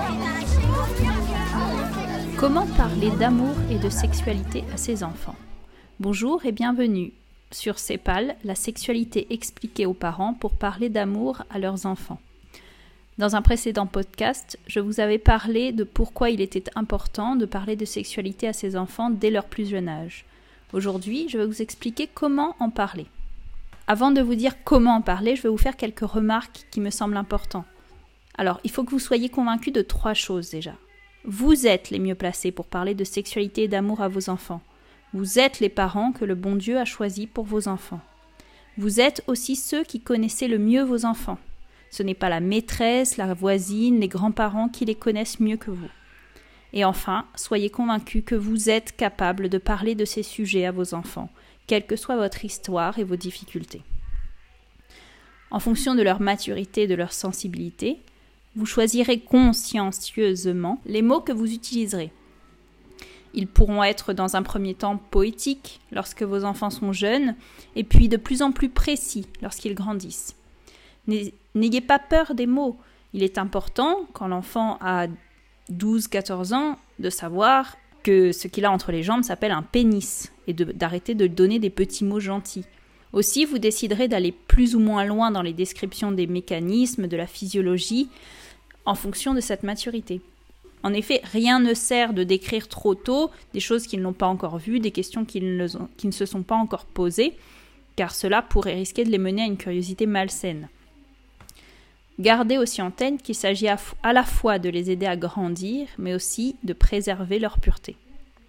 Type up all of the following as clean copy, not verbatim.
Comment parler d'amour et de sexualité à ses enfants ? Bonjour et bienvenue sur CEPAL, la sexualité expliquée aux parents pour parler d'amour à leurs enfants. Dans un précédent podcast, je vous avais parlé de pourquoi il était important de parler de sexualité à ses enfants dès leur plus jeune âge. Aujourd'hui, je vais vous expliquer comment en parler. Avant de vous dire comment en parler, je vais vous faire quelques remarques qui me semblent importantes. Alors, il faut que vous soyez convaincus de 3 choses déjà. Vous êtes les mieux placés pour parler de sexualité et d'amour à vos enfants. Vous êtes les parents que le bon Dieu a choisis pour vos enfants. Vous êtes aussi ceux qui connaissez le mieux vos enfants. Ce n'est pas la maîtresse, la voisine, les grands-parents qui les connaissent mieux que vous. Et enfin, soyez convaincus que vous êtes capables de parler de ces sujets à vos enfants, quelle que soit votre histoire et vos difficultés. En fonction de leur maturité et de leur sensibilité, vous choisirez consciencieusement les mots que vous utiliserez. Ils pourront être dans un premier temps poétiques lorsque vos enfants sont jeunes et puis de plus en plus précis lorsqu'ils grandissent. N'ayez pas peur des mots. Il est important, quand l'enfant a 12-14 ans, de savoir que ce qu'il a entre les jambes s'appelle un pénis et d'arrêter de donner des petits mots gentils. Aussi, vous déciderez d'aller plus ou moins loin dans les descriptions des mécanismes, de la physiologie, en fonction de cette maturité. En effet, rien ne sert de décrire trop tôt des choses qu'ils n'ont pas encore vues, des questions qui ne se sont pas encore posées, car cela pourrait risquer de les mener à une curiosité malsaine. Gardez aussi en tête qu'il s'agit à la fois de les aider à grandir, mais aussi de préserver leur pureté.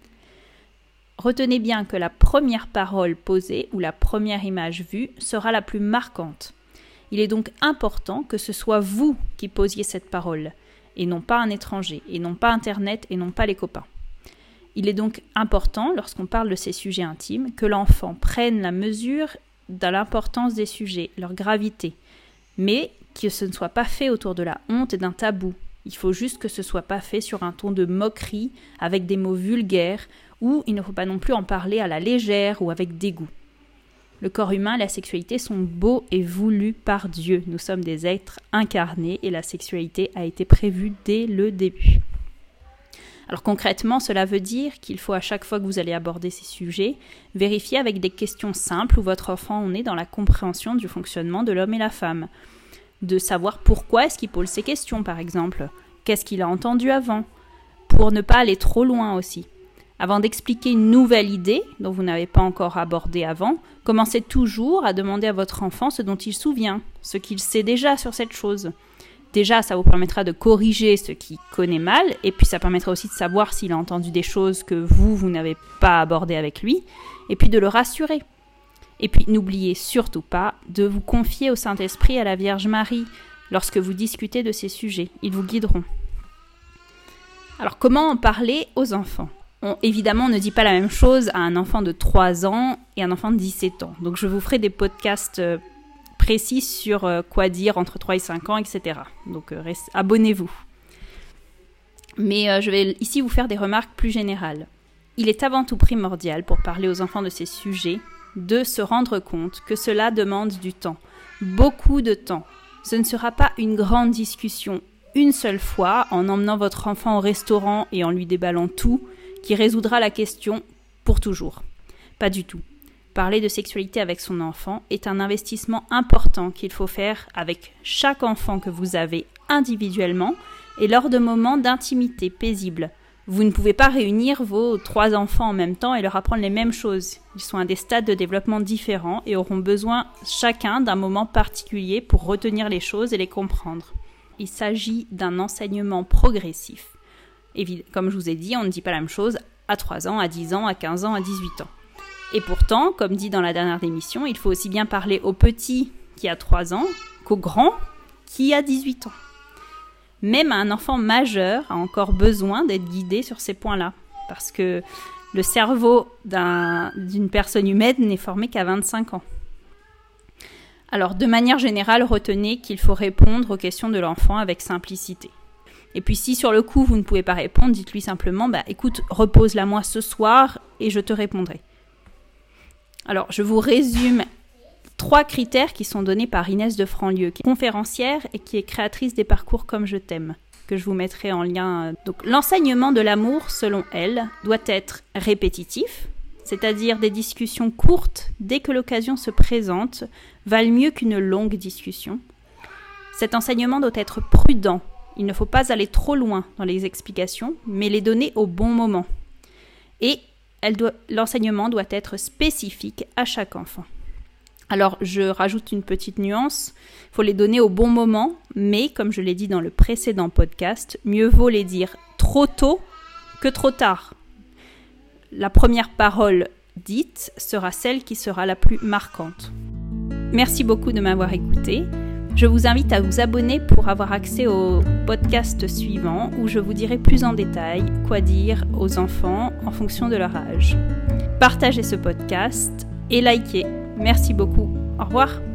Retenez bien que la première parole posée ou la première image vue sera la plus marquante. Il est donc important que ce soit vous qui posiez cette parole, et non pas un étranger, et non pas Internet, et non pas les copains. Il est donc important, lorsqu'on parle de ces sujets intimes, que l'enfant prenne la mesure de l'importance des sujets, leur gravité, mais que ce ne soit pas fait autour de la honte et d'un tabou. Il faut juste que ce ne soit pas fait sur un ton de moquerie, avec des mots vulgaires, ou il ne faut pas non plus en parler à la légère ou avec dégoût. Le corps humain et la sexualité sont beaux et voulus par Dieu. Nous sommes des êtres incarnés et la sexualité a été prévue dès le début. Alors concrètement, cela veut dire qu'il faut à chaque fois que vous allez aborder ces sujets, vérifier avec des questions simples où votre enfant en est dans la compréhension du fonctionnement de l'homme et la femme. De savoir pourquoi est-ce qu'il pose ces questions par exemple, qu'est-ce qu'il a entendu avant, pour ne pas aller trop loin aussi. Avant d'expliquer une nouvelle idée dont vous n'avez pas encore abordé avant, commencez toujours à demander à votre enfant ce dont il se souvient, ce qu'il sait déjà sur cette chose. Déjà, ça vous permettra de corriger ce qu'il connaît mal, et puis ça permettra aussi de savoir s'il a entendu des choses que vous n'avez pas abordées avec lui, et puis de le rassurer. Et puis n'oubliez surtout pas de vous confier au Saint-Esprit et à la Vierge Marie lorsque vous discutez de ces sujets. Ils vous guideront. Alors comment en parler aux enfants ? Évidemment, on ne dit pas la même chose à un enfant de 3 ans et un enfant de 17 ans. Donc je vous ferai des podcasts précis sur quoi dire entre 3 et 5 ans, etc. Donc abonnez-vous. Mais je vais ici vous faire des remarques plus générales. Il est avant tout primordial pour parler aux enfants de ces sujets de se rendre compte que cela demande du temps, beaucoup de temps. Ce ne sera pas une grande discussion une seule fois en emmenant votre enfant au restaurant et en lui déballant tout, qui résoudra la question pour toujours. Pas du tout. Parler de sexualité avec son enfant est un investissement important qu'il faut faire avec chaque enfant que vous avez individuellement et lors de moments d'intimité paisible. Vous ne pouvez pas réunir vos 3 enfants en même temps et leur apprendre les mêmes choses. Ils sont à des stades de développement différents et auront besoin chacun d'un moment particulier pour retenir les choses et les comprendre. Il s'agit d'un enseignement progressif. Comme je vous ai dit, on ne dit pas la même chose à 3 ans, à 10 ans, à 15 ans, à 18 ans. Et pourtant, comme dit dans la dernière émission, il faut aussi bien parler au petit qui a 3 ans qu'au grand qui a 18 ans. Même un enfant majeur a encore besoin d'être guidé sur ces points-là, parce que le cerveau d'une personne humaine n'est formé qu'à 25 ans. Alors, de manière générale, retenez qu'il faut répondre aux questions de l'enfant avec simplicité. Et puis si sur le coup vous ne pouvez pas répondre, dites-lui simplement « écoute, repose-la moi ce soir et je te répondrai ». Alors, je vous résume 3 critères qui sont donnés par Inès de Franlieu, qui est conférencière et qui est créatrice des parcours Comme je t'aime. que je vous mettrai en lien. Donc, l'enseignement de l'amour, selon elle, doit être répétitif, c'est-à-dire des discussions courtes dès que l'occasion se présente, valent mieux qu'une longue discussion. Cet enseignement doit être prudent. Il ne faut pas aller trop loin dans les explications, mais les donner au bon moment. Et l'enseignement doit être spécifique à chaque enfant. Alors, je rajoute une petite nuance. Il faut les donner au bon moment, mais comme je l'ai dit dans le précédent podcast, mieux vaut les dire trop tôt que trop tard. La première parole dite sera celle qui sera la plus marquante. Merci beaucoup de m'avoir écouté. Je vous invite à vous abonner pour avoir accès au podcast suivant où je vous dirai plus en détail quoi dire aux enfants en fonction de leur âge. Partagez ce podcast et likez. Merci beaucoup. Au revoir.